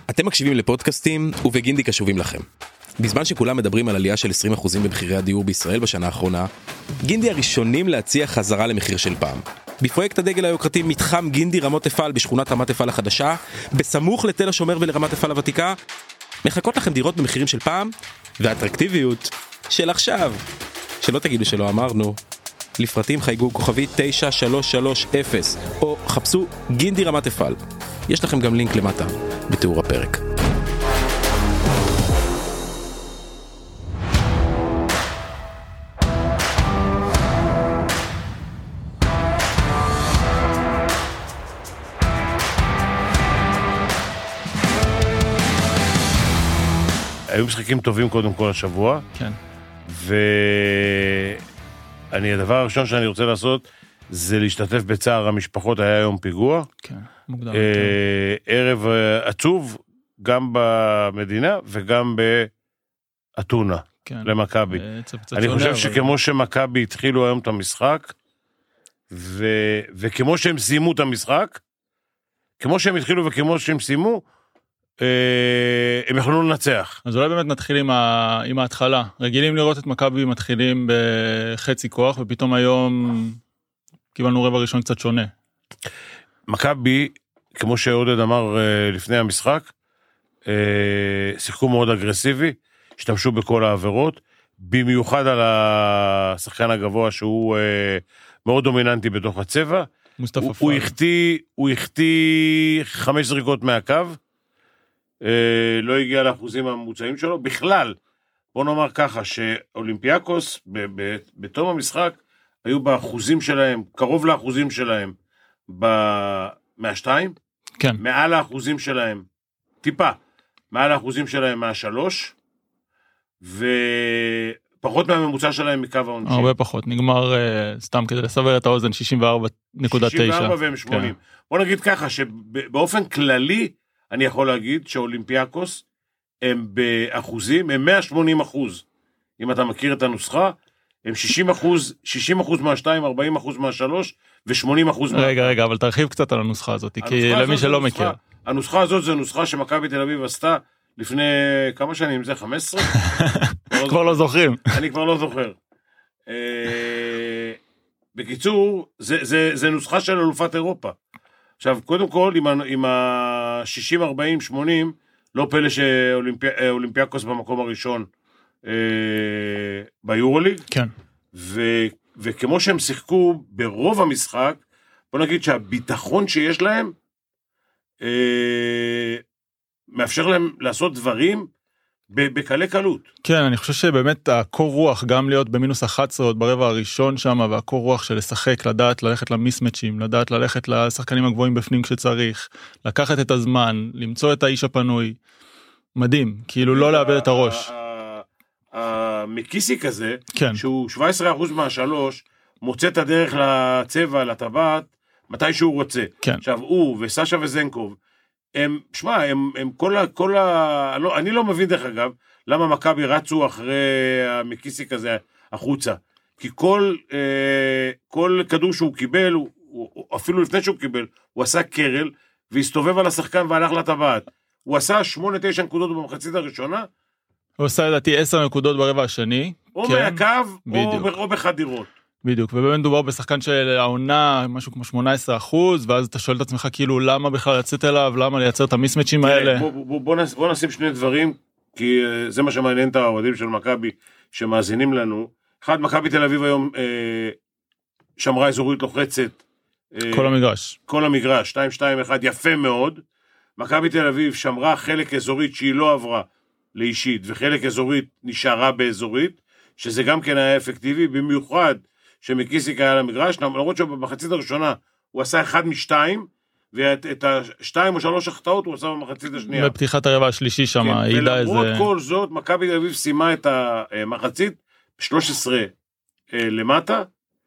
אתם מקשיבים לפודקאסטים ובגינדי קשובים לכם. בזמן שכולם מדברים על עלייה של 20% במחירי הדיור בישראל בשנה האחרונה, גינדי הראשונים להציע חזרה למחיר של פעם. בפרויקט הדגל היוקרתי מתחם גינדי רמות אפעל בשכונת רמת אפעל החדשה, בסמוך לתל השומר ולרמת אפעל הוותיקה, מחכות לכם דירות במחירים של פעם, והאטרקטיביות של עכשיו. שלא תגידו שלא אמרנו. לפרטים חייגו כוכבי 9330 או חפשו גינדי רמת אפעל. יש לכם גם לינק למטה בתיאור הפרק. היו משחקים טובים קודם כל השבוע. כן. הדבר הראשון שאני רוצה לעשות זה להשתתף בצער המשפחות. היה היום פיגוע. כן, מוקדם. ערב עצוב, גם במדינה וגם באתונה, כן. למכבי. אני חושב שכמו שמכבי התחילו היום את המשחק, וכמו שהם סיימו את המשחק, כמו שהם התחילו וכמו שהם סיימו, הם יכולו לנצח. אז אולי באמת נתחיל עם ההתחלה. רגילים לראות את מכבי מתחילים בחצי כוח, ופתאום היום קיבלנו רבע ראשון קצת שונה. מכבי, כמו שעודד אמר לפני המשחק, שיחקו מאוד אגרסיבי, השתמשו בכל העבירות, במיוחד על השחקן הגבוה שהוא מאוד דומיננטי בתוך הצבע. מוסטפא הוא החטיא 5 זריקות מהקו, לא הגיע לאחוזים הממוצעים שלו. בכלל, בוא נאמר ככה, שאולימפיאקוס בתום המשחק, היו באחוזים שלהם, קרוב לאחוזים שלהם, מהשתיים, כן. מעל האחוזים שלהם, טיפה, מעל האחוזים שלהם מהשלוש, ופחות מהממוצע שלהם מקו העונשין. הרבה פחות, נגמר סתם כדי לסבר את האוזן, 64.9. 64 והם 80. כן. בוא נגיד ככה, שבאופן כללי, אני יכול להגיד שאולימפיאקוס הם באחוזים, הם 180%. אם אתה מכיר את הנוסחה, הם 60% מהשתיים, 40% מהשלוש, ו80% רגע, אבל תרחיב קצת על הנוסחה הזאת, כי למי שלא מכיר. הנוסחה הזאת זה נוסחה שמכבי תל אביב עשתה לפני כמה שנים, זה 15? כבר לא זוכרים. אני כבר לא זוכר. בקיצור, זה נוסחה של אלופת אירופה. עכשיו, קודם כל, עם ה-60, 40, 80, לא פלא שאולימפיאקוס במקום הראשון ביורוליג. כן. וכמו שהם שיחקו ברוב המשחק, בוא נגיד שהביטחון שיש להם, מאפשר להם לעשות דברים בקלי קלות. כן, אני חושב שבאמת הקור רוח, גם להיות במינוס 11 עוד ברבע הראשון שם, והקור רוח של לשחק, לדעת ללכת למיסמצ'ים, לדעת ללכת לשחקנים הגבוהים בפנים כשצריך, לקחת את הזמן, למצוא את האיש הפנוי, מדהים, כאילו לא לאבד את הראש. המקיסי כזה, כן. שהוא 17% מהשלוש, מוצא את הדרך לצבע, לטבעת, מתי שהוא רוצה. כן. עכשיו, הוא וסשה וזנקוב, אני לא מבין דרך אגב, למה מכבי רצו אחרי המקיסי כזה החוצה, כי כל כדור שהוא קיבל, אפילו לפני שהוא קיבל, הוא עשה קרל, והסתובב על השחקן והלך לטבעת. הוא עשה 8-9 נקודות במחצית הראשונה, הוא עשה לדעתי 10 נקודות ברבע השני. או כן. מהקו, או בחדירות. בדיוק, ובאמת דובר בשחקן של העונה, משהו כמו 18%, ואז אתה שואל את עצמך כאילו, למה בכלל לצאת אליו, למה לייצר את המיסמצ'ים האלה? בוא נשים שני דברים, כי זה מה שמעניין את האוהדים של מכבי, שמאזינים לנו. אחד, מכבי תל אביב היום שמרה אזורית לוחצת. כל המגרש. 2-2-1, יפה מאוד. מכבי תל אביב שמרה חלק אזורית שהיא לא עברה לאישית, וחלק אזורית נשארה באזורית, שזה גם כן היה אפקטיבי, במיוחד שמקיסיק היה למגרש, למרות שבמחצית הראשונה הוא עשה 1-2, ואת ה-2 או 3 החטאות הוא עשה במחצית השנייה. בפתיחת הרבע השלישי שם, כן, ולמרות כל זאת, מכבי תל אביב סיימה את המחצית 13 למטה,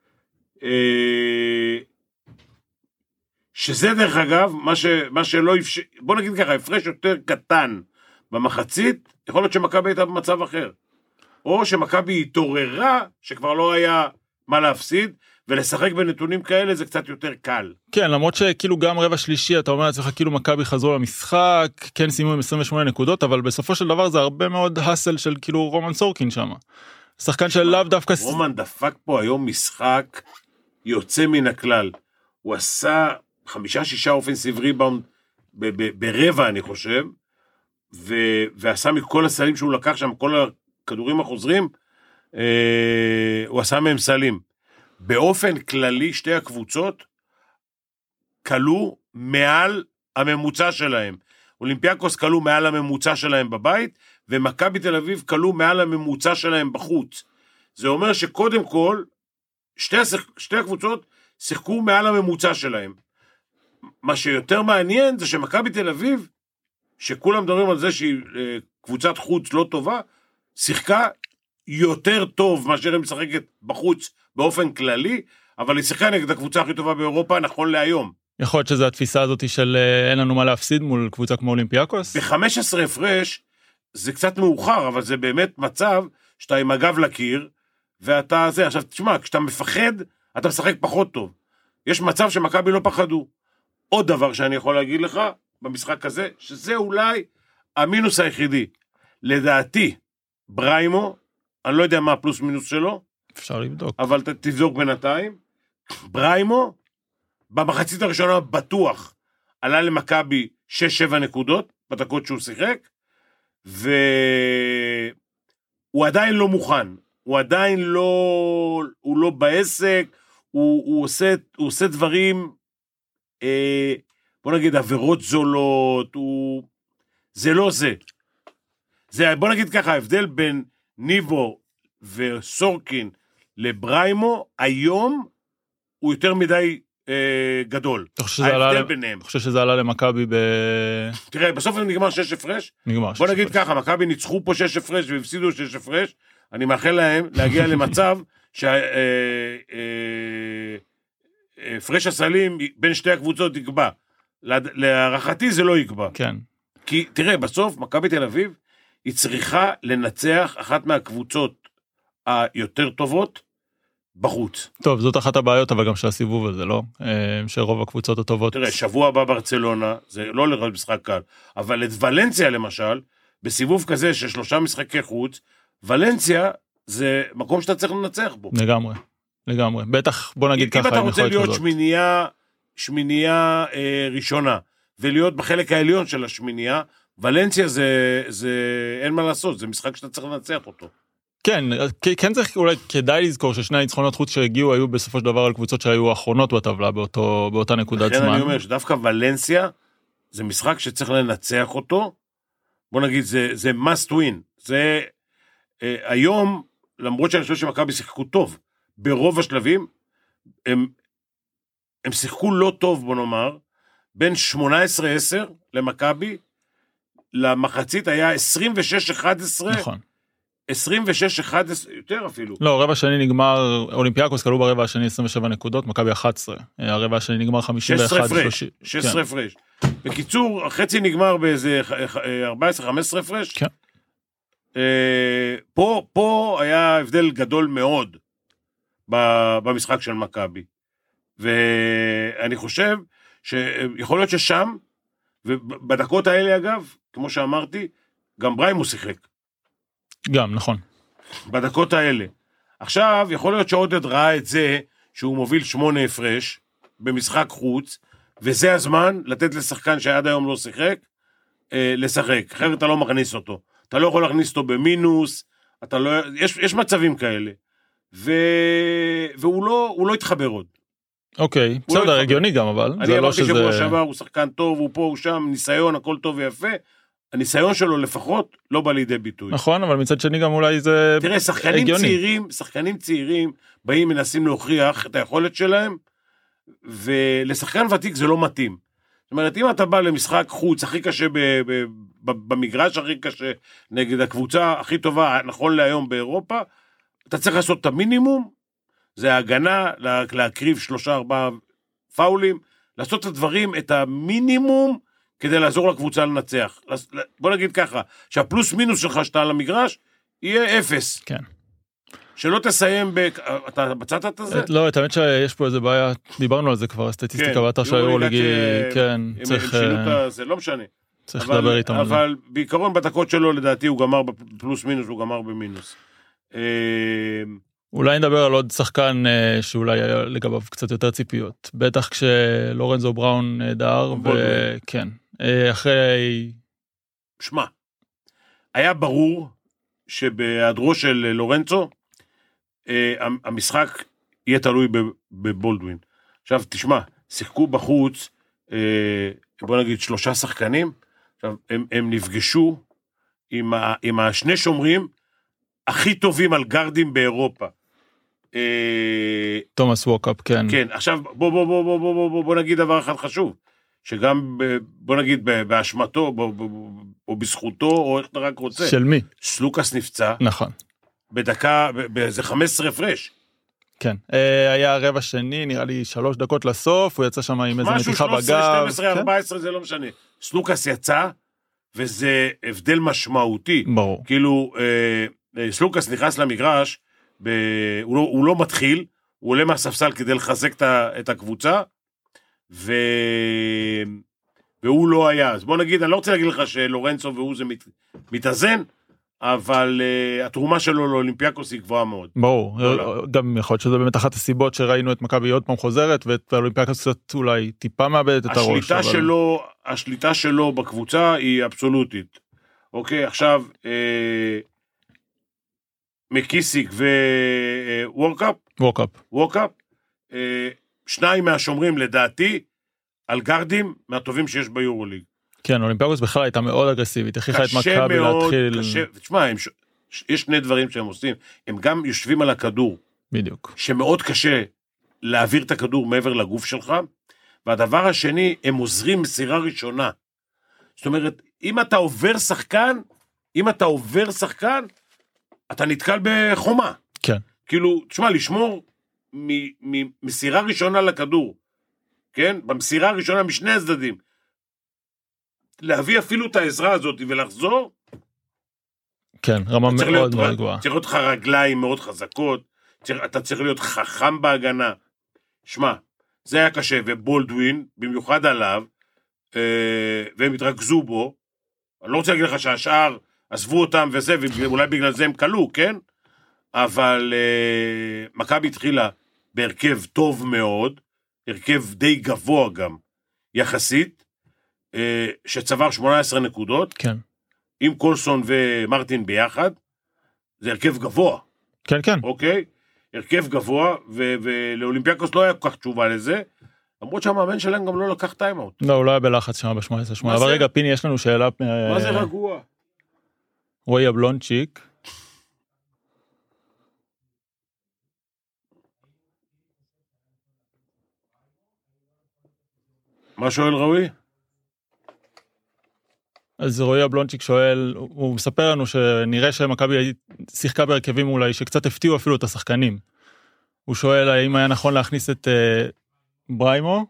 שזה דרך אגב, מה שלא בוא נגיד ככה, הפרש יותר קטן במחצית, יכול להיות שמכבי הייתה במצב אחר. או שמכבי התעוררה, שכבר לא היה מה להפסיד, ולשחק בנתונים כאלה זה קצת יותר קל. כן, למרות שכאילו גם רבע שלישי, אתה אומר לעצמך כאילו מכבי חזרו למשחק, כן סיימו עם 28 נקודות, אבל בסופו של דבר זה הרבה מאוד הסל של כאילו רומן סורקין שם. שחקן של לאו דווקא... רומן דפק פה היום משחק יוצא מן הכלל. הוא עשה 5-6 אופנסיב ריבאונד ברבע, אני חושב, ועשה מכל הסלים שהוא לקח שם, כל הכדורים החוזרים, הוא עשה מהם סלים. באופן כללי, שתי הקבוצות קלו מעל הממוצע שלהם. אולימפיאקוס קלו מעל הממוצע שלהם בבית, ומכבי תל אביב קלו מעל הממוצע שלהם בחוץ. זה אומר שקודם כל, שתי הקבוצות שיחקו מעל הממוצע שלהם. מה שיותר מעניין זה שמכבי תל אביב, שכולם מדברים על זה שהיא קבוצת חוץ לא טובה, שיחקה יותר טוב מאשר היא משחקת בחוץ באופן כללי, אבל היא שיחקה נגד הקבוצה הכי טובה באירופה נכון להיום. יכול להיות שזו התפיסה הזאת של אין לנו מה להפסיד מול קבוצה כמו אולימפיאקוס? ב-15 הפרש זה קצת מאוחר, אבל זה באמת מצב שאתה עם הגב לקיר, ואתה זה, עכשיו תשמע, כשאתה מפחד, אתה משחק פחות טוב. יש מצב שמכבי לא פחדו. עוד דבר שאני יכול להגיד לך, במשחק הזה, שזה אולי המינוס היחידי. לדעתי, בריימו, אני לא יודע מה הפלוס מינוס שלו, אפשר לבדוק. אבל תבדוק בינתיים, בריימו, במחצית הראשונה בטוח, עלה למכבי 6-7 נקודות, בדקות שהוא שיחק, והוא עדיין לא מוכן, הוא עדיין לא, הוא לא בעסק, הוא עושה דברים, בוא נגיד עבירות זולות, זה לא זה. בוא נגיד ככה, ההבדל בין ניבו וסורקין לבריימו, היום הוא יותר מדי גדול. ההבדל ביניהם. אני חושב שזה עלה למכבי תראה, בסוף הם נגמר 6 הפרש. בוא נגיד ככה, מכבי ניצחו פה 6 הפרש והפסידו 6 הפרש. אני מאחל להם להגיע למצב שהפרש הסלים בין שתי הקבוצות יקבע. להערכתי זה לא יקבע. כן. כי תראה, בסוף מכבי תל אביב היא צריכה לנצח אחת מהקבוצות היותר טובות בחוץ. טוב, זאת אחת הבעיות, אבל גם של הסיבוב הזה, לא? שרוב הקבוצות הטובות... תראה, שבוע הבא ברצלונה, זה לא לראות משחק קל, אבל את ולנסיה למשל, בסיבוב כזה של 3 משחקי חוץ, ולנסיה זה מקום שאתה צריך לנצח בו. לגמרי, לגמרי. בטח, בוא נגיד ככה, אם אתה רוצה להיות שמינייה ראשונה, ולהיות בחלק העליון של השמינייה, ולנסיה זה אין מה לעשות, זה משחק שאתה צריך לנצח אותו. כן צריך אולי כדאי לזכור ששני הניצחונות חוץ שהגיעו היו בסופו של דבר על קבוצות שהיו האחרונות בטבלה באותה נקודת זמן. לכן אני אומר שדווקא ולנסיה זה משחק שצריך לנצח אותו, בוא נגיד זה must win, זה היום למרות שאני חושב שמכבי שיחקו טוב, ברוב השלבים הם שיחקו לא טוב בוא נאמר, בין 18-10 למכבי, למחצית היה 26-11, נכון. 26-11, יותר אפילו. לא, רבע שני נגמר, אולימפיאקוס קלו ברבע השני 27 נקודות, מכבי 11. הרבע השני נגמר 51. 16 הפרש. בקיצור, החצי נגמר באיזה 14-15 הפרש. כן. פה היה הבדל גדול מאוד במשחק של מכבי. ואני חושב שיכול להיות ששם, ובדקות האלה אגב, כמו שאמרתי, גם בריימו שיחק. גם, נכון. בדקות האלה. עכשיו, יכול להיות שעודד ראה את זה, שהוא מוביל 8 הפרש, במשחק חוץ, וזה הזמן לתת לשחקן שעד היום לא שיחק, לשחק. אחרת אתה לא מכניס אותו. אתה לא יכול להכניס אותו במינוס, אתה לא, יש מצבים כאלה. והוא לא התחבר עוד. אוקיי, בסדר, הגיוני גם, אבל. אני אמרתי שבוע שעבר, הוא שחקן טוב, הוא פה, הוא שם, ניסיון, הכל טוב ויפה. הניסיון שלו לפחות לא בא לידי ביטוי. נכון, אבל מצד שני גם אולי זה תראה, שחקנים צעירים באים מנסים להוכיח את היכולת שלהם, ולשחקן ותיק זה לא מתאים. זאת אומרת, אם אתה בא למשחק חוץ הכי קשה, במגרש הכי קשה, נגד הקבוצה הכי טובה, נכון להיום באירופה, אתה צריך לעשות את המינימום, זה ההגנה, להקריב 3-4 פאולים, לעשות את הדברים, את המינימום, כדי לעזור לקבוצה לנצח. בוא נגיד ככה, שהפלוס מינוס שלך שאתה על המגרש, יהיה 0. כן. שלא תסיים אתה בצעת את זה? לא, את האמת שיש פה איזה בעיה, דיברנו על זה כבר, הסטטיסטיקה באתר של היורוליג, כן, צריך... זה לא משנה. צריך לדבר איתם על זה. אבל בעיקרון בדקות שלו, לדעתי, הוא גמר בפלוס מינוס, הוא גמר במינוס. אולי נדבר על עוד שחקן שאולי היה לגביו קצת יותר ציפיות. בטח כשלורנזו בראון נהדר, וכן. אחרי... שמע, היה ברור שבהיעדרו של לורנצו, המשחק יהיה תלוי בבולדווין. עכשיו, תשמע, שיחקו בחוץ, בוא נגיד 3 שחקנים, עכשיו, הם נפגשו עם השני שומרים הכי טובים על גרדים באירופה. תומאס ווקאפ, כן. כן, עכשיו, בוא נגיד דבר אחד חשוב, שגם, בוא נגיד, באשמתו, או בזכותו, או איך אתה רק רוצה. של מי? סלוקס נפצע. נכון. בדקה, באיזה 15 הפרש. כן, היה רבע שני, נראה לי 3 דקות לסוף, הוא יצא שם עם איזה מתיחה בגב. משהו 13, 12, 14, זה לא משנה. סלוקס יצא, וזה הבדל משמעותי. ברור. כאילו, סלוקס נכנס למגרש, הוא לא מתחיל, הוא עולה מהספסל כדי לחזק את הקבוצה, והוא לא היה. אז בוא נגיד, אני לא רוצה להגיד לך שלורנצו והוא זה מתאזן, אבל התרומה שלו לאולימפיאקוס היא גבוהה מאוד. ברור, גם יכול להיות שזה באמת אחת הסיבות שראינו את מכבי עוד פעם חוזרת, ואת האולימפיאקוס קצת אולי טיפה מאבדת את הראש. השליטה שלו בקבוצה היא אבסולוטית. אוקיי, עכשיו, מקיסיק וורקאפ, 2 מהשומרים לדעתי, על גרדים מהטובים שיש ביורוליג. כן, אולימפיאקוס בכלל הייתה מאוד אגרסיבית, הכריחה את מכבי להתחיל... תשמע, יש 2 דברים שהם עושים, הם גם יושבים על הכדור. בדיוק. שמאוד קשה להעביר את הכדור מעבר לגוף שלך, והדבר השני, הם עוזרים מסירה ראשונה. זאת אומרת, אם אתה עובר שחקן, אתה נתקל בחומה. כן. כאילו, תשמע, לשמור ממסירה ראשונה לכדור, כן? במסירה הראשונה משני הצדדים, להביא אפילו את העזרה הזאת ולחזור. כן, רמה מאוד מאוד גבוהה. צריך להיות לך רגליים מאוד חזקות, אתה צריך להיות חכם בהגנה. שמע, זה היה קשה, ובולדווין, במיוחד עליו, והם התרכזו בו, אני לא רוצה להגיד לך שהשאר עזבו אותם וזה, ואולי בגלל זה הם קלו, כן? אבל מכבי התחילה בהרכב טוב מאוד, הרכב די גבוה גם, יחסית, שצבר 18 נקודות, כן. עם קולסון ומרטין ביחד, זה הרכב גבוה. כן, כן. אוקיי? הרכב גבוה, ולאולימפיאקוס לא היה כל כך תשובה לזה, למרות שהמאמן שלהם גם לא לקח טיימאוט. לא, הוא לא היה בלחץ שם ב-18-8. אבל רגע, פיני, יש לנו שאלה... מה זה רגוע? רועי אבלונצ'יק. מה שואל רועי? אז רועי אבלונצ'יק שואל, הוא מספר לנו שנראה שמכבי שיחקה בהרכבים אולי, שקצת הפתיעו אפילו את השחקנים. הוא שואל האם היה נכון להכניס את בריימו,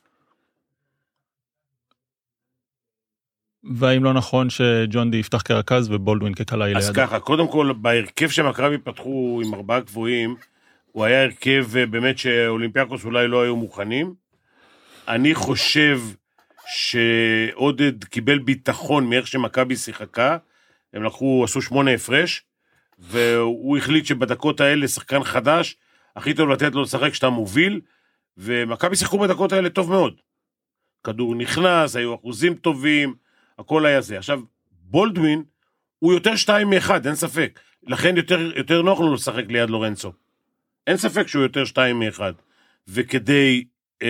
והאם לא נכון שג'ון די יפתח כרכז ובולדווין כקלעי ליד. אז ככה, קודם כל, בהרכב שמכבי פתחו עם 4 גבוהים, הוא היה הרכב באמת שאולימפיאקוס אולי לא היו מוכנים. אני חושב שעודד קיבל ביטחון מאיך שמכבי שיחקה, הם עשו 8 הפרש, והוא החליט שבדקות האלה שחקן חדש, הכי טוב לתת לו לשחק כשאתה מוביל, ומכבי שיחקו בדקות האלה טוב מאוד. כדור נכנס, היו אחוזים טובים, הכל היה זה. עכשיו, בולדווין הוא יותר 2-1, אין ספק. לכן יותר נוח לו לשחק ליד לורנצו. אין ספק שהוא יותר 2-1. וכדי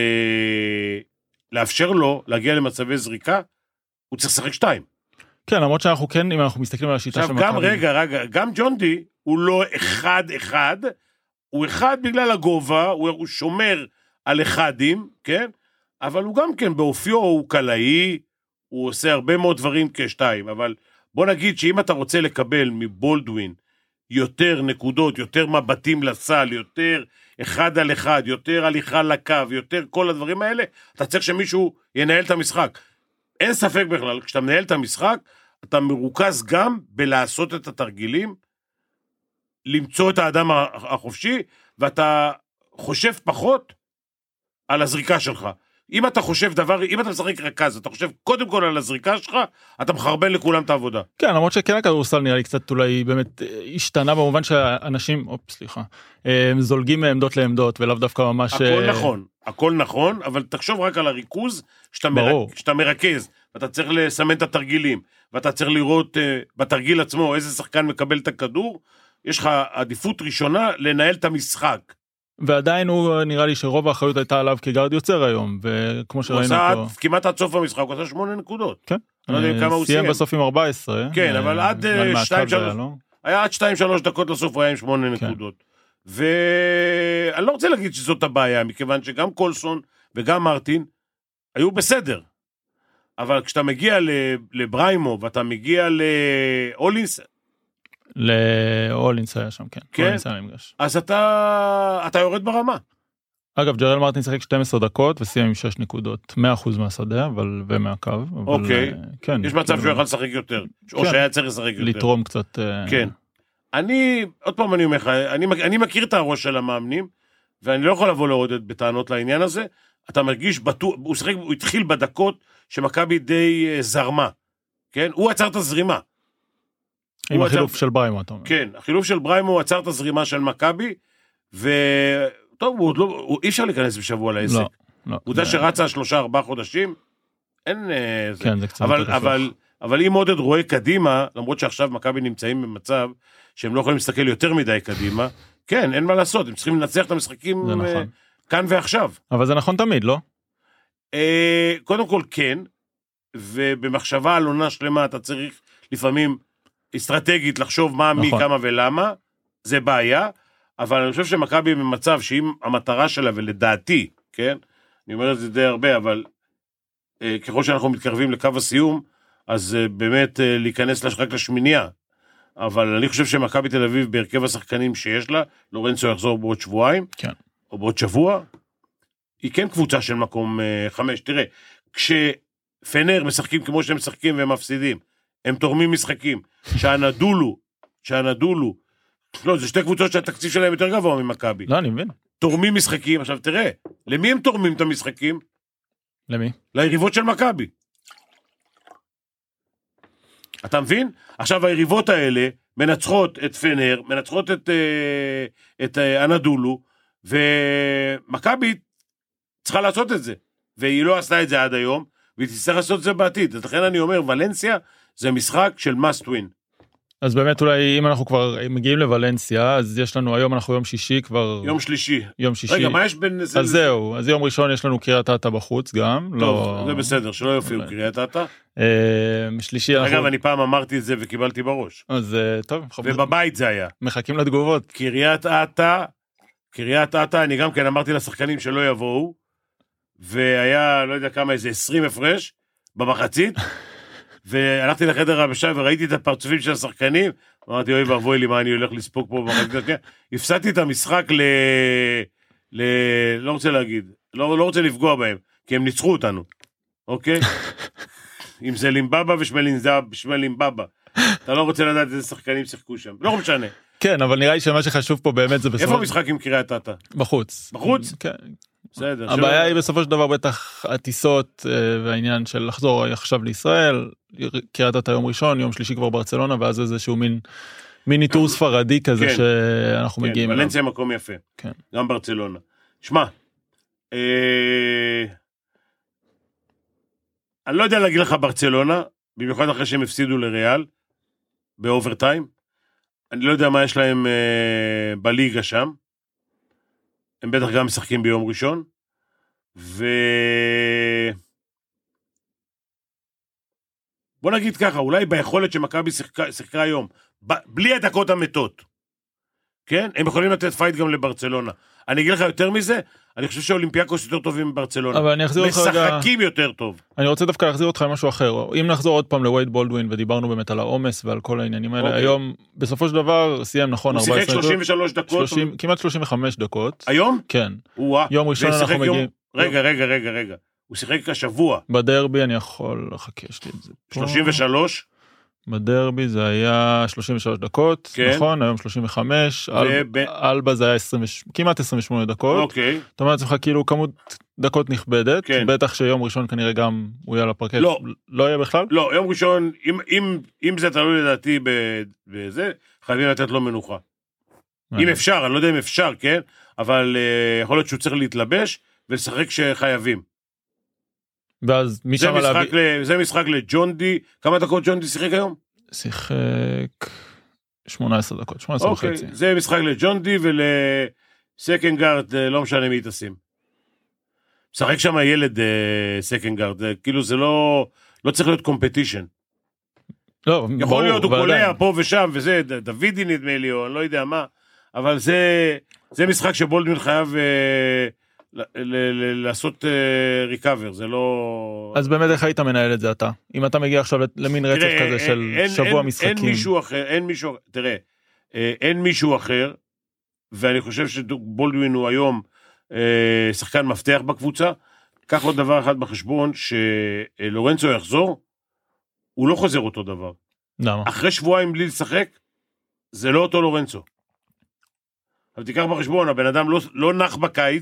לאפשר לו להגיע למצבי זריקה, הוא צריך לשחק 2. כן, למרות שאנחנו כן, אם אנחנו מסתכלים על השיטה של מכבי... עכשיו, גם ג'ון די הוא לא 1-1, הוא 1 בגלל הגובה, הוא שומר על 1', כן? אבל הוא גם כן, באופיו הוא קלעי, הוא עושה הרבה מאוד דברים כ2, אבל בוא נגיד שאם אתה רוצה לקבל מבולדווין יותר נקודות, יותר מבטים לסל, יותר 1-1, יותר הליכה לקו, יותר כל הדברים האלה, אתה צריך שמישהו ינהל את המשחק. אין ספק בכלל, כשאתה מנהל את המשחק, אתה מרוכז גם בלעשות את התרגילים, למצוא את האדם החופשי, ואתה חושב פחות על הזריקה שלך. אם אתה חושב אם אתה משחק רכז, אתה חושב קודם כל על הזריקה שלך, אתה מחרבן לכולם את העבודה. כן, למרות שכן הכדורסל נראה לי קצת אולי באמת השתנה במובן שאנשים, זולגים מעמדות לעמדות, ולאו דווקא ממש... הכל נכון, אבל תחשוב רק על הריכוז שאתה מרכז, ואתה צריך לסמן את התרגילים, ואתה צריך לראות בתרגיל עצמו איזה שחקן מקבל את הכדור, יש לך עדיפות ראשונה לנהל את המשחק. ועדיין הוא נראה לי שרוב האחריות הייתה עליו כגארד יוצר היום, וכמו שראינו אותו... כמעט עד סוף המשחק, הוא עשה 8 נקודות. כן, אני לא יודע כמה הוא סיים. סיים בסוף עם 14. כן, אבל עד 2-3 דקות לסוף הוא היה עם 8 נקודות. ואני לא רוצה להגיד שזאת הבעיה, מכיוון שגם קולסון וגם מרטין היו בסדר. אבל כשאתה מגיע לבריימו, ואתה מגיע לאולינס... לאולינס היה שם, כן. אז אתה יורד ברמה. אגב, ג'רל מרטין שחק 12 דקות וסיים עם 6 נקודות, 100% מהשדה ומהקו. אוקיי, יש מצב שהוא יכל לשחק יותר, או שהיה צריך לשחק יותר. לתרום קצת. כן. עוד פעם אני אומר לך, אני מכיר את הראש של המאמנים, ואני לא יכול לבוא לעודד בטענות לעניין הזה, אתה מרגיש בטוח, הוא התחיל בדקות שמכבי די זרמה, כן? הוא עצר את הזרימה. עם החילוף של בריימו, אתה אומר. כן, החילוף של בריימו הוא עצר את הזרימה של מכבי, וטוב, אי אפשר להיכנס בשבוע לעסק. לא. הוא יודע שרצה 3-4 חודשים, אין... כן, זה קצת אבל אם עודד רואה קדימה, למרות שעכשיו מכבי נמצאים במצב שהם לא יכולים להסתכל יותר מדי קדימה, כן, אין מה לעשות, הם צריכים לנצח את המשחקים כאן ועכשיו. אבל זה נכון תמיד, לא? קודם כל כן, ובמחשבה על עונה שלמה אתה צריך לפעמים אסטרטגית לחשוב מה, מי, כמה ולמה, זה בעיה, אבל אני חושב שמכבי במצב שאם המטרה שלה, ולדעתי, כן, אני אומר את זה די הרבה, אבל ככל שאנחנו מתקרבים לקו הסיום, אז באמת להיכנס רק לשמינייה, אבל אני חושב שמכבי תל אביב בהרכב השחקנים שיש לה, לורנצו יחזור בעוד שבועיים, כן. או בעוד שבוע, היא כן קבוצה של מקום 5. תראה, כשפנר משחקים כמו שהם משחקים והם מפסידים, הם תורמים משחקים, שהנדולו, לא, זה שתי קבוצות שהתקציב שלהם יותר גבוה ממכבי. לא, אני מבין. תורמים משחקים, עכשיו תראה, למי הם תורמים את המשחקים? למי? ליריבות של מכבי. אתה מבין? עכשיו היריבות האלה מנצחות את פנר, מנצחות את הנדולו, ומכבי צריכה לעשות את זה, והיא לא עשתה את זה עד היום, והיא תצטרך לעשות את זה בעתיד. אז לכן אני אומר, ולנסיה זה משחק של must win. אז באמת אולי אם אנחנו כבר מגיעים לוולנסיה, אז יש לנו היום, אנחנו יום שישי כבר... יום שלישי. יום שישי. רגע, מה יש בין זה? אז זהו, אז יום ראשון יש לנו קריית אתא בחוץ גם. טוב, זה בסדר, שלא יופיעו קריית אתא. שלישי אנחנו... אגב, אני פעם אמרתי את זה וקיבלתי בראש. אז טוב. ובבית זה היה. מחכים לתגובות. קריית אתא, אני גם כן אמרתי לשחקנים שלא יבואו, והיה, לא יודע כמה, איזה 20 הפרש במחצית, והלכתי לחדר הבשה וראיתי את הפרצופים של השחקנים, אמרתי, אוי ואבוי לי, מה אני הולך לספוק פה במחצית, הפסדתי את המשחק לא רוצה להגיד, לא רוצה לפגוע בהם, כי הם ניצחו אותנו, אוקיי? אם זה לימבאבא ושמלימבאבא, אתה לא רוצה לדעת איזה שחקנים שיחקו שם, לא משנה. כן, אבל נראה לי שמה שחשוב פה באמת זה בסופו... איפה המשחק עם קריית אתא? בחוץ. בחוץ? כן. בסדר. הבעיה היא בסופו של דבר בטח הטיסות והעניין של לחזור עכשיו לישראל, קריית אתא יום ראשון, יום שלישי כבר ברצלונה, ואז איזשהו מיני טור ספרדי כזה שאנחנו מגיעים אליו. ולנסיה מקום יפה. גם ברצלונה. שמע, אני לא יודע להגיד לך ברצלונה, במיוחד אחרי שהם הפסידו לריאל, באוברטיים, אני לא יודע מה יש להם בליגה שם, הם בטח גם משחקים ביום ראשון, בוא נגיד ככה, אולי ביכולת שמכבי שיחקה היום, בלי הדקות המתות, כן? הם יכולים לתת פייט גם לברצלונה. אני אגיד לך יותר מזה, אני חושב שהאולימפיאקוס יותר טובים מברצלונה. אבל אני אחזיר אותך רגע... משחקים יותר טוב. אני רוצה דווקא להחזיר אותך למשהו אחר. אם נחזור עוד פעם לווייד בולדווין, ודיברנו באמת על העומס ועל כל העניינים האלה, היום, בסופו של דבר, סיים נכון 14 דקות. הוא שיחק 33 דקות. כמעט 35 דקות. היום? כן. יום ראשון אנחנו מגיעים... רגע. הוא שיחק השבוע. בדרבי אני יכול לחכה, יש לי את זה. 33? בדרבי זה היה 33 דקות, כן. נכון? היום 35, אלבה זה היה כמעט 28 דקות. אוקיי. אתה אומר לעצמך כאילו כמות דקות נכבדת, כן. בטח שיום ראשון כנראה גם הוא יהיה לפרקט. לא יהיה בכלל? לא, יום ראשון, אם זה תלוי לדעתי בזה, חייבים לתת לו מנוחה. אם אפשר, אני לא יודע אם אפשר, כן? אבל יכול להיות שהוא צריך להתלבש ולשחק שחייבים. ואז משם להביא... זה משחק לג'ון די. כמה דקות ג'ון די שיחק היום? שיחק 18 דקות, 18 וחצי. זה משחק לג'ון די ולסקנגארד, לא משנה מי תשים. משחק שם ילד סקנגארד, כאילו זה לא צריך להיות קומפטישן. לא, יכול להיות, הוא קולע פה ושם, וזה דוידי נדמה לי, או אני לא יודע מה, אבל זה משחק שבולדווין חייב לעשות ריקאבר, זה לא... אז באמת איך היית מנהל את זה אתה? אם אתה מגיע עכשיו למין רצף כזה של שבוע משחקים. אין מישהו אחר, ואני חושב שבולדווין הוא היום שחקן מפתח בקבוצה. קח עוד דבר אחד בחשבון, שלורנצו יחזור, הוא לא חוזר אותו דבר. למה? אחרי שבועיים בלי לשחק, זה לא אותו לורנצו. אבל תיקח בחשבון, הבן אדם לא נח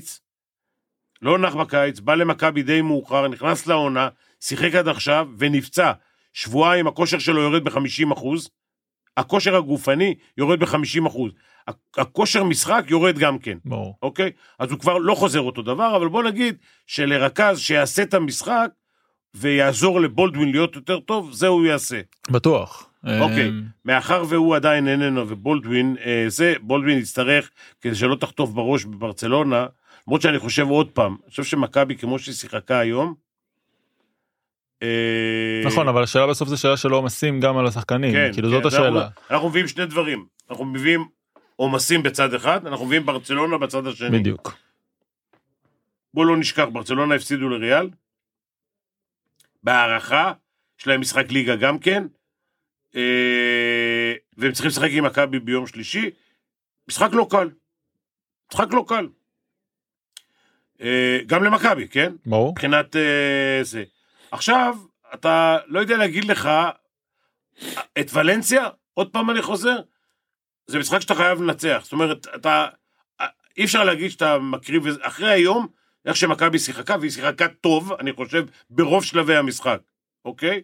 בקיץ, בא למכבי די מאוחר, נכנס לעונה, שיחק עד עכשיו ונפצע. שבועיים הכושר שלו יורד ב-50%, הכושר הגופני יורד ב-50%, הכושר משחק יורד גם כן. אוקיי? אז הוא כבר לא חוזר אותו דבר, אבל בוא נגיד שלרכז שיעשה את המשחק, ויעזור לבולדווין להיות יותר טוב, זה הוא יעשה. בטוח. אוקיי, מאחר והוא עדיין איננו, ובולדווין, בולדווין יצטרך, כדי שלא תחטוף בראש בברצלונה, למרות שאני חושב עוד פעם, אני חושב שמכבי כמו שהיא שיחקה היום, נכון, אבל השאלה בסוף זה שאלה שלא עומסים גם על השחקנים, כאילו זאת השאלה. אנחנו מביאים שני דברים, אנחנו מביאים עומסים בצד אחד, אנחנו מביאים ברצלונה בצד השני. בדיוק. בוא לא נשכח, ברצלונה הפסידו לריאל, בהערכה, יש להם משחק ליגה גם כן, והם צריכים לשחק עם מכבי ביום שלישי, משחק לא קל. גם למכבי, כן? ברור. מבחינת זה. עכשיו, אתה לא יודע להגיד לך, את ולנסיה, עוד פעם אני חוזר, זה משחק שאתה חייב לנצח. זאת אומרת, אי אפשר להגיד שאתה מקריב, אחרי היום, איך שמכבי שיחקה, והיא שיחקה טוב, אני חושב, ברוב שלבי המשחק. אוקיי?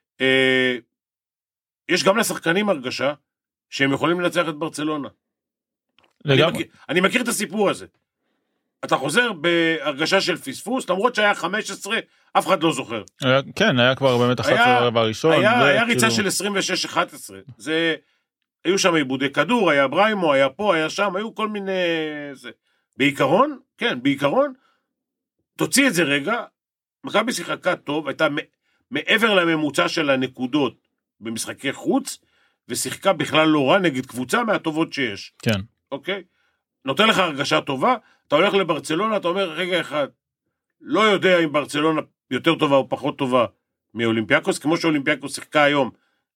יש גם לשחקנים הרגשה, שהם יכולים לנצח את ברצלונה. אני מכיר את הסיפור הזה. אתה חוזר בהרגשה של פספוס, למרות שהיה 15, אף אחד לא זוכר. כן, היה כבר באמת 11 ברבע הראשון. היה ריצה של 26-11. היו שם עיבודי כדור, היה בריימו, היה פה, היה שם, היו כל מיני... בעיקרון, תוציא את זה רגע, מכבי שיחקה טוב, הייתה מעבר לממוצע של הנקודות במשחקי חוץ, ושיחקה בכלל לא רע נגד קבוצה מהטובות שיש. כן. אוקיי? נותן לך הרגשה טובה, אתה הולך לברצלונה, אתה אומר, רגע אחד, לא יודע אם ברצלונה יותר טובה או פחות טובה מאולימפיאקוס, כמו שאולימפיאקוס שיחקה היום,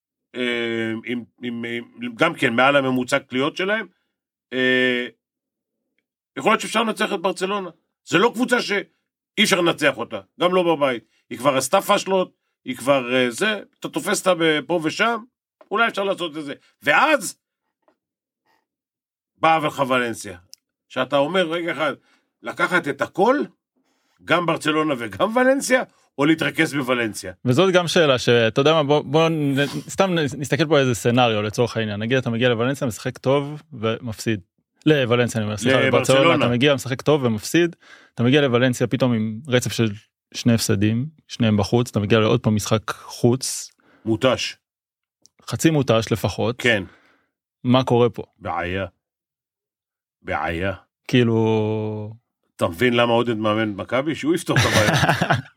גם כן מעל הממוצע קליות שלהם, יכול להיות שאפשר לנצח את ברצלונה. זה לא קבוצה שאי אפשר לנצח אותה, גם לא בבית. היא כבר עשתה פשלות, היא כבר אתה תופס אותה פה ושם, אולי אפשר לעשות את זה. ואז, באה לך ולנסיה, שאתה אומר, רגע אחד, לקחת את הכל, גם ברצלונה וגם ולנסיה, או להתרכז בוולנסיה. וזאת גם שאלה שאתה יודע מה, בוא סתם נסתכל פה איזה סנריו לצורך העניין. נגיד אתה מגיע לוולנסיה, משחק טוב ומפסיד. לוולנסיה אני אומר, סליחה, לברצלונה אתה מגיע, משחק טוב ומפסיד, אתה מגיע לוולנסיה פתאום עם רצף של שני הפסדים, שניהם בחוץ, אתה מגיע לעוד פעם משחק חוץ. מוטש. חצי מוטש לפחות. כן. מה קורה פה? בעיה. כאילו... אתה מבין למה עודד מאמן מכבי? שהוא יפתור את הבעיה.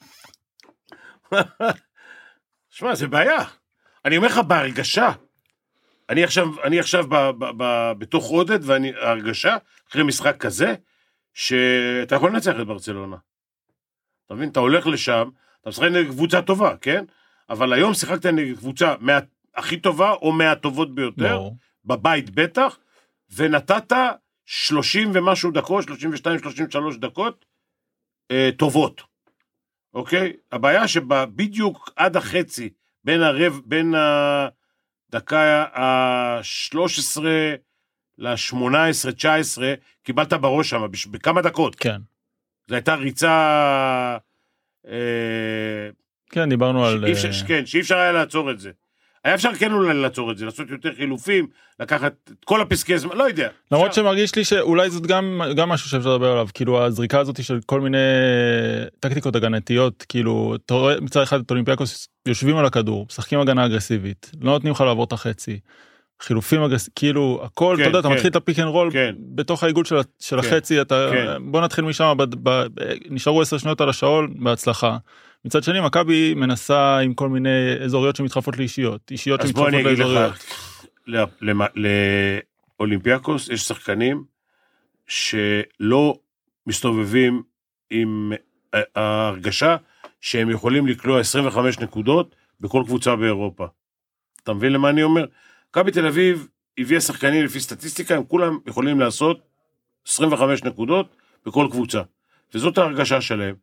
שמע, זה בעיה. אני אומר לך בהרגשה. אני עכשיו בתוך עודד, וההרגשה, אחרי משחק כזה, שאתה יכול לנצח את ברצלונה. אתה מבין? אתה הולך לשם, אתה משחק נגד קבוצה טובה, כן? אבל היום שיחקת נגד קבוצה הכי טובה, או מהטובות ביותר, בבית בטח, ונתת 30 ומשהו דקות, 32-33 דקות, טובות. אוקיי? הבעיה שבדיוק עד החצי, בין דקה ה-13 ל-18, 19, קיבלת בראש שם, בכמה דקות. כן. זו הייתה ריצה... כן, דיברנו על... כן, שאי אפשר היה לעצור את זה. היה אפשר כן אולי לעצור את זה, לעשות יותר חילופים, לקחת את כל הפסקי זמן, לא יודע. למרות שמרגיש לי שאולי זאת גם משהו שאפשר לדבר עליו, כאילו הזריקה הזאת של כל מיני טקטיקות הגנתיות, כאילו, אתה רואה מצד אחד את אולימפיאקוס יושבים על הכדור, משחקים הגנה אגרסיבית, לא נותנים לך לעבור את החצי, חילופים אגרסיביים, כאילו, הכל, אתה יודע, אתה מתחיל את הפיק אנד רול בתוך העיגול של החצי, בוא נתחיל משם, נשארו 10 שניות על השעול, בהצלחה. מצד שני, מכבי מנסה עם כל מיני אזוריות שמתחלפות לאישיות, אישיות שמתחלפות לאזוריות. לאולימפיאקוס יש שחקנים שלא מסתובבים עם ההרגשה שהם יכולים לקלוע 25 נקודות בכל קבוצה באירופה. אתה מבין למה אני אומר? מכבי תל אביב הביאה שחקנים לפי סטטיסטיקה, הם כולם יכולים לעשות 25 נקודות בכל קבוצה. וזאת ההרגשה שלהם.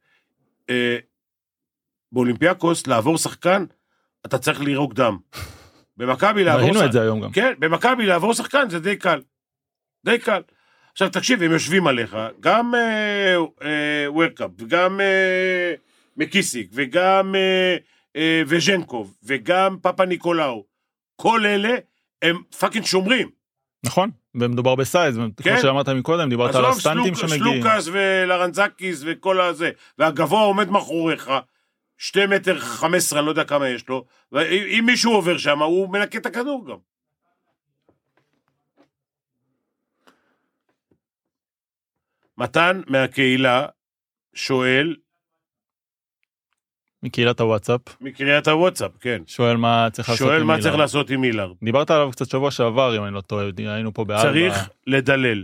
באולימפיאקוס, לעבור שחקן, אתה צריך לירוק דם. במכבי לעבור ראינו את זה היום גם. כן, במכבי לעבור שחקן זה די קל. די קל. עכשיו תקשיב, הם יושבים עליך, גם וורקאפ, וגם מקיסיק, וגם וז'נקוב, וגם פאפה ניקולאו. כל אלה הם פאקינג שומרים. נכון, ומדובר בסייז, כמו שאמרת מקודם, דיברת על הסטנטים שמגיעים. שלוקס ולרנזקיס וכל הזה, והגבוה עומד מאחוריך, 2.15 מטר, אני לא יודע כמה יש לו, ואם מישהו עובר שם, הוא מנקה את הכדור גם. מתן מהקהילה שואל, מקהילת הוואטסאפ. מקהילת הוואטסאפ, כן. שואל מה צריך לעשות עם מילארד. שואל מה צריך לעשות עם מילארד. דיברת עליו קצת שבוע שעבר, אם אני לא טועה, היינו פה בארבע. צריך לדלל.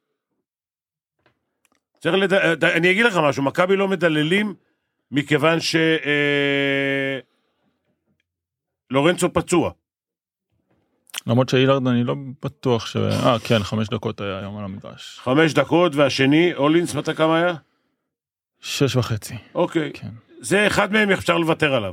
אני אגיד לך משהו, מכבי לא מדללים, מכיוון לורנצו פצוע. למרות שאילארד אני לא בטוח כן, 5 דקות היה היום על המגרש. 5 דקות, והשני, אולינס, מתי כמה היה? 6.5. אוקיי. כן. זה אחד מהם אפשר לוותר עליו.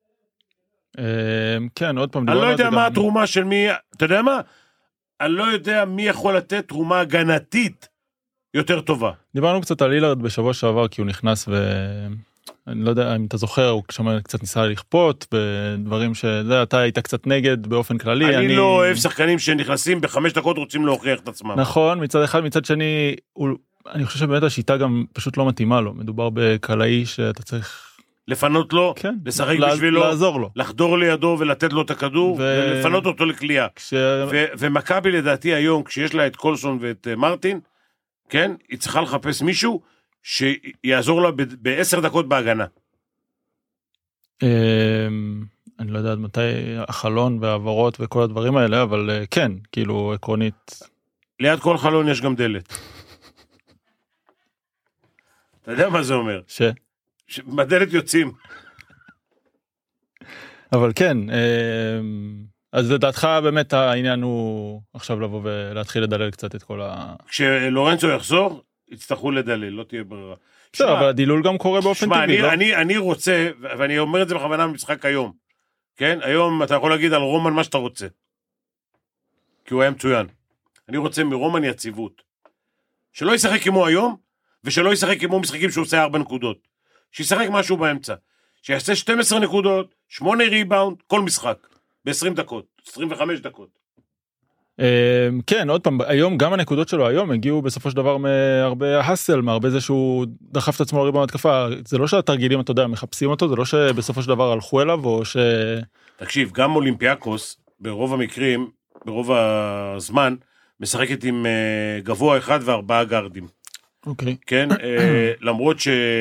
כן, עוד פעם. אני לא יודע מה התרומה של מי, אתה יודע מה? אני לא יודע מי יכול לתת תרומה הגנתית יותר טובה. דיברנו קצת על אילארד בשבוע שעבר, כי הוא נכנס אני לא יודע אם אתה זוכר, הוא שם קצת ניסה לכפות, בדברים אתה היית קצת נגד באופן כללי. אני לא אוהב שחקנים שנכנסים ב5 דקות רוצים להוכיח את עצמם. נכון, מצד אחד, מצד שני, אני חושב שבאמת השיטה גם פשוט לא מתאימה לו, מדובר בקלעי שאתה צריך... לפנות לו, כן, לשחק בשבילו, לעזור לו. לחדור לידו ולתת לו את הכדור, ולפנות אותו לקליעה. ומכבי לדעתי היום, כשיש לה את קולסון ואת מרטין, כן, היא צריכה לחפש מישהו שיעזור לה ב10 דקות בהגנה. אני לא יודע עד מתי החלון והעברות וכל הדברים האלה, אבל כן, כאילו עקרונית. ליד כל חלון יש גם דלת. אתה יודע מה זה אומר? בדלת יוצאים. אבל כן, אז לדעתך באמת העניין הוא עכשיו לבוא ולהתחיל לדלל קצת את כל כשלורנצו יחזור, יצטרכו לדלל, לא תהיה ברירה. אבל הדילול גם קורה באופן טבעי, לא? אני רוצה, ואני אומר את זה בכוונה במשחק היום, כן? היום אתה יכול להגיד על רומן מה שאתה רוצה. כי הוא היה מצוין. אני רוצה מרומן יציבות. שלא ישחק כמו היום, ושלא ישחק כמו משחקים שהוא עושה 4 נקודות. שישחק משהו באמצע. שיעשה 12 נקודות, 8 ריבאונד, כל משחק. ב-20 דקות, 25 דקות. כן, עוד פעם, היום, גם הנקודות שלו היום הגיעו בסופו של דבר מהרבה הסל, מהרבה זה שהוא דחף את עצמו לריבאונד התקפה. זה לא שהתרגילים, אתה יודע, מחפשים אותו, זה לא שבסופו של דבר הלכו אליו, או תקשיב, גם אולימפיאקוס, ברוב המקרים, ברוב הזמן, משחקת עם גבוה 1 ו4 גארדים. אוקיי. כן, למרות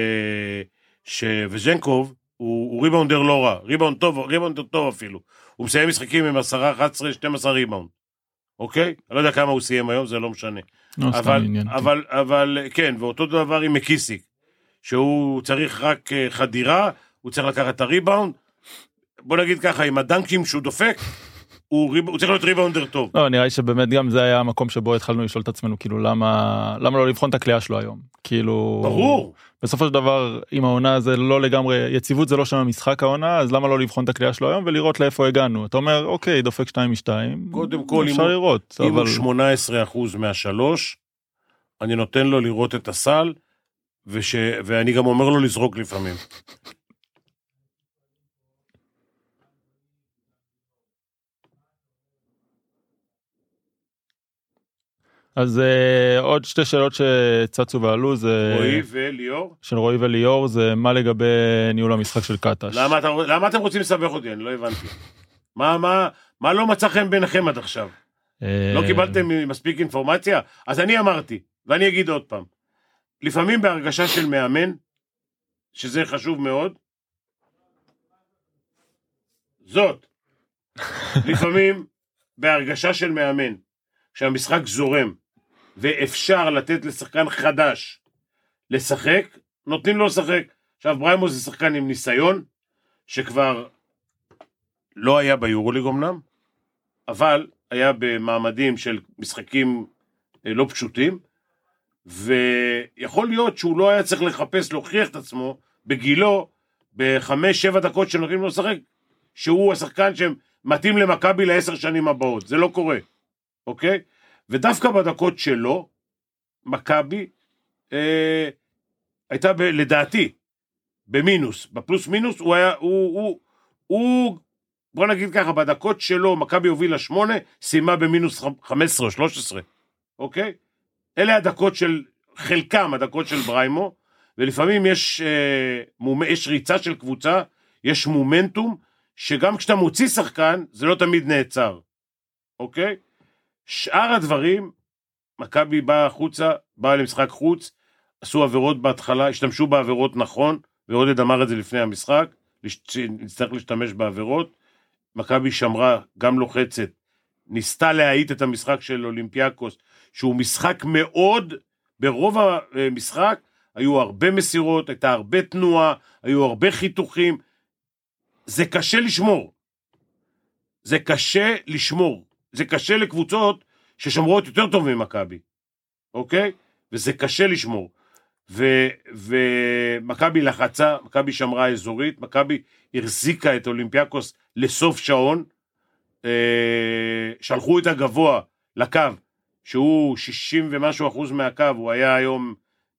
וז'נקוב הוא ריבאונדר לא רע, ריבאונדר טוב אפילו. הוא מסיים משחקים עם 10, 11, 12 ריבאונד. אוקיי? אני לא יודע כמה הוא סיים היום, זה לא משנה. אבל כן, ואותו דבר עם מקיסיק, שהוא צריך רק חדירה, הוא צריך לקחת את הריבאונד. בוא נגיד ככה, עם הדנקים שהוא דופק, הוא צריך להיות ריבאונדר טוב. לא, נראה לי שבאמת גם זה היה המקום שבו התחלנו לשאול את עצמנו, כאילו, למה לא לבחון את הקליעה שלו היום? כאילו... ברור. בסופו של דבר, אם העונה זה לא לגמרי, יציבות זה לא שם המשחק העונה, אז למה לא לבחון את הקליעה שלו היום ולראות לאיפה הגענו? אתה אומר, אוקיי, דופק 2-2, קודם כל, אפשר לראות. אם הוא 18% מהשלוש, אני נותן לו לראות את הסל, ואני גם אומר לו לזרוק לפעמים. אז עוד שתי שאלות שצצו ועלו, זה... רועי וליאור? של רועי וליאור, זה מה לגבי ניהול המשחק של קטש. למה אתם רוצים לסבך אותי? אני לא הבנתי. מה לא מצא חן ביניכם עד עכשיו? לא קיבלתם מספיק אינפורמציה? אז אני אמרתי, ואני אגיד עוד פעם, לפעמים בהרגשה של מאמן, שזה חשוב מאוד, זאת, לפעמים בהרגשה של מאמן, שהמשחק זורם, ואפשר לתת לשחקן חדש לשחק, נותנים לו לשחק. עכשיו בריימו זה שחקן עם ניסיון, שכבר לא היה ביורוליג אמנם, אבל היה במעמדים של משחקים לא פשוטים, ויכול להיות שהוא לא היה צריך לחפש, להוכיח את עצמו, בגילו, ב5-7 דקות שנותנים לו לשחק, שהוא השחקן שמתאים למכבי ל10 שנים הבאות. זה לא קורה. אוקיי? ודווקא בדקות שלו, מכבי הייתה לדעתי במינוס, בפלוס מינוס, הוא בוא נגיד ככה, בדקות שלו, מכבי הובילה 8, סיימה במינוס 15 או 13, אוקיי? אלה הדקות של, חלקם הדקות של בריימו, ולפעמים יש ריצה של קבוצה, יש מומנטום, שגם כשאתה מוציא שחקן, זה לא תמיד נעצר, אוקיי? שאר הדברים, מכבי באה החוצה, באה למשחק חוץ, עשו עבירות בהתחלה, השתמשו בעבירות נכון, ועודד אמר את זה לפני המשחק, נצטרך להשתמש בעבירות, מכבי שמרה, גם לוחצת, ניסתה להעיט את המשחק של אולימפיאקוס, שהוא משחק מאוד, ברוב המשחק, היו הרבה מסירות, הייתה הרבה תנועה, היו הרבה חיתוכים, זה קשה לשמור, זה קשה לשמור, זה קשה לקבוצות ששומרות יותר טוב ממכבי, אוקיי? וזה קשה לשמור. ומכבי לחצה, מכבי שמרה אזורית, מכבי הרזיקה את אולימפיאקוס לסוף שעון, שלחו את הגבוה לקו, שהוא 60 ומשהו אחוז מהקו, הוא היה היום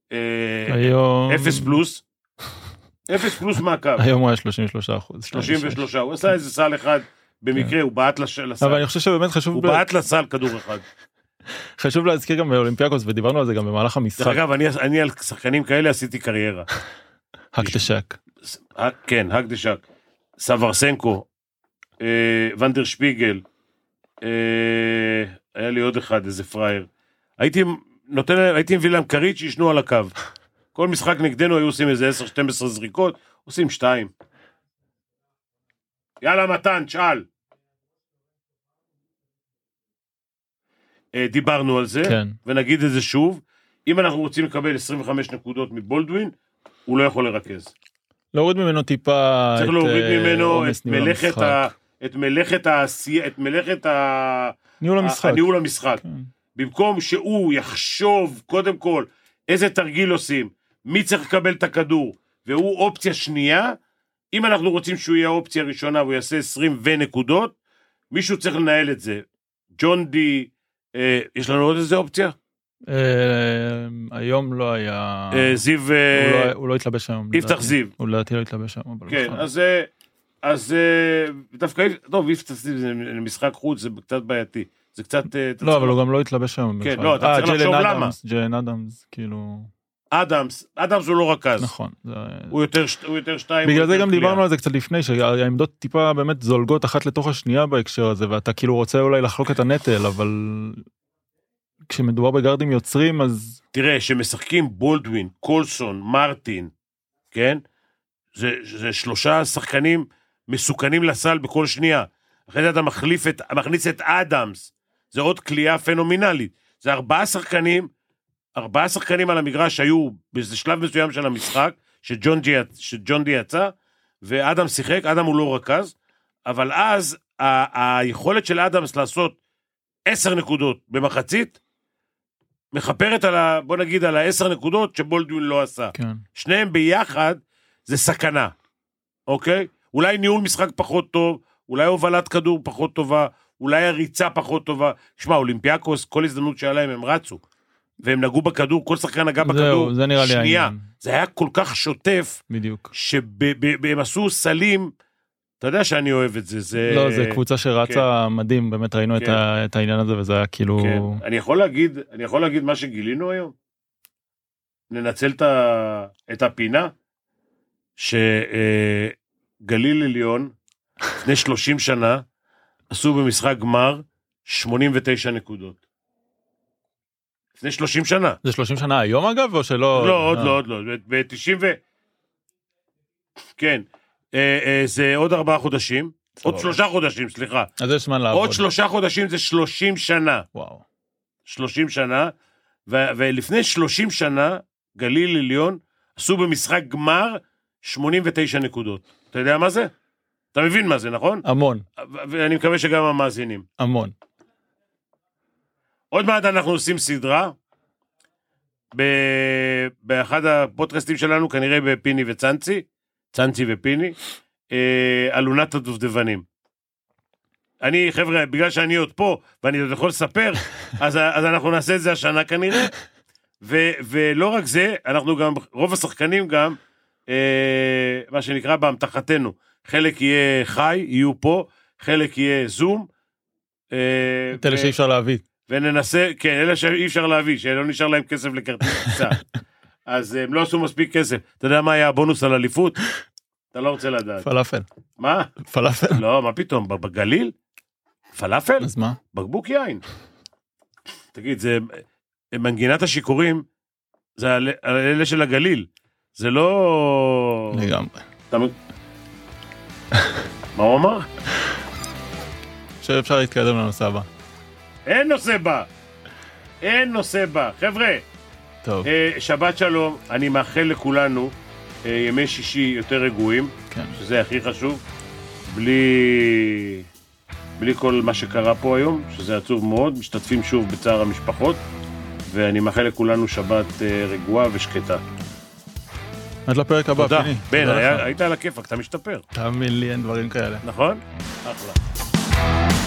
0 פלוס, 0 פלוס מהקו. היום הוא היה 33%. 33, הוא עשה איזה סל אחד, במקרה הוא בעט לסל. אבל אני חושב שבאמת חשוב... הוא בעט לסל כדור אחד. חשוב להזכיר גם באולימפיאקוס, ודיברנו על זה גם במהלך המשחק. דרך אגב, אני על שחקנים כאלה עשיתי קריירה. הקדשק. כן, הקדשק. סברסנקו, ונדר שפיגל, היה לי עוד אחד, איזה פרייר. הייתי מביא להם קרית שישנו על הקו. כל משחק נגדנו היו עושים איזה 10-12 זריקות, עושים 2. יאללה מתן, שאל. דיברנו על זה, כן. ונגיד את זה שוב, אם אנחנו רוצים לקבל 25 נקודות מבולדווין, הוא לא יכול לרכז. להוריד ממנו טיפה, צריך להוריד ממנו את מלאכת ניהול המשחק. כן. במקום שהוא יחשוב קודם כל איזה תרגיל עושים, מי צריך לקבל את הכדור, והוא אופציה שנייה, אם אנחנו רוצים שהוא יהיה אופציה ראשונה, והוא יעשה 20 ונקודות, מישהו צריך לנהל את זה. ג'ון די, יש לנו עוד איזה אופציה? היום לא היה... זיו... הוא לא התלבש היום. יפתח זיו. הוא לדעתי לא התלבש היום. כן, אז דווקא... טוב, יפתח זיו זה משחק חוץ, זה קצת בעייתי. זה קצת... לא, אבל הוא גם לא התלבש היום. כן, לא, אתה צריך לחשוב למה. ג'יילן אדמס, כאילו... אדמס הוא לא רכז. נכון. הוא יותר 2. בגלל זה גם דיברנו על זה קצת לפני, שהעמדות טיפה באמת זולגות אחת לתוך השנייה בהקשר הזה, ואתה כאילו רוצה אולי לחלוק את הנטל, אבל כשמדובר בגרדים יוצרים, אז... תראה, שמשחקים בולדווין, קולסון, מרטין, כן? זה 3 שחקנים מסוכנים לסל בכל שנייה. אחרי זה אתה מכניס את אדמס, זה עוד קליעה פנומנלית. זה 4 שחקנים על המגרש שהיו באיזה שלב מסוים של המשחק, שג'ון די יצא, ואדם שיחק, אדם הוא לא רכז, אבל אז היכולת של אדמס לעשות 10 נקודות במחצית, מחפרת על בוא נגיד, על 10 נקודות שבולדווין לא עשה. כן. שניהם ביחד, זה סכנה. אוקיי? אולי ניהול משחק פחות טוב, אולי הובלת כדור פחות טובה, אולי הריצה פחות טובה. שמע, אולימפיאקוס, כל הזדמנות שהיה להם, הם רצו. והם נגעו בכדור, כל שחקן נגע בכדור. זה נראה לי שנייה. העניין. זה היה כל כך שוטף. בדיוק. שהם עשו סלים, אתה יודע שאני אוהב את זה. לא, זה קבוצה שרצה מדהים, באמת ראינו את העניין הזה, וזה היה כאילו... אני יכול להגיד מה שגילינו היום? ננצל את הפינה, שגליל עליון, לפני 30 שנה, עשו במשחק גמר 89 נקודות. לפני 30 שנה. זה 30 שנה היום אגב, או שלא... לא, עוד לא. ב-90 כן. זה עוד 4 חודשים. עוד 3 חודשים, סליחה. אז יש זמן לעבוד. עוד 3 חודשים זה 30 שנה. וואו. 30 שנה, ולפני 30 שנה, גליל עליון, עשו במשחק גמר 89 נקודות. אתה יודע מה זה? אתה מבין מה זה, נכון? המון. ואני מקווה שגם המאזינים. המון. עוד מעט אנחנו עושים סדרה, באחד הפודקאסטים שלנו, כנראה בפיני וצנצי, צנצי ופיני, על עונת הדובדבנים. אני, חבר'ה, בגלל שאני עוד פה, ואני עוד יכול לספר, אז אנחנו נעשה את זה השנה כנראה, ולא רק זה, אנחנו גם, רוב השחקנים גם, מה שנקרא בהמתחתנו, חלק יהיה חי, יהיו פה, חלק יהיה זום. את אלה שאי אפשר להביא. וננסה, כן, אלה שאי אפשר להביא, שלא נשאר להם כסף לכרטיס טיסה. אז הם לא עשו מספיק כסף. אתה יודע מה היה הבונוס על אליפות? אתה לא רוצה לדעת. פלאפל. מה? פלאפל? לא, מה פתאום? בגליל? פלאפל? אז מה? בקבוק יין. תגיד, זה מנגינת השיכורים, זה על אלה של הגליל. זה לא... לגמרי. מה הוא אמר? שאפשר להתקדם לנושא הבא. אין נושא בה. חבר'ה, טוב. שבת שלום, אני מאחל לכולנו ימי שישי יותר רגועים, כן. שזה הכי חשוב, בלי כל מה שקרה פה היום, שזה עצוב מאוד, משתתפים שוב בצער המשפחות, ואני מאחל לכולנו שבת רגועה ושקטה. עד לפרק הבא, תודה. פיני. בן, היית על הכיפק, אתה משתפר. תאמין לי, אין דברים כאלה. נכון? אחלה.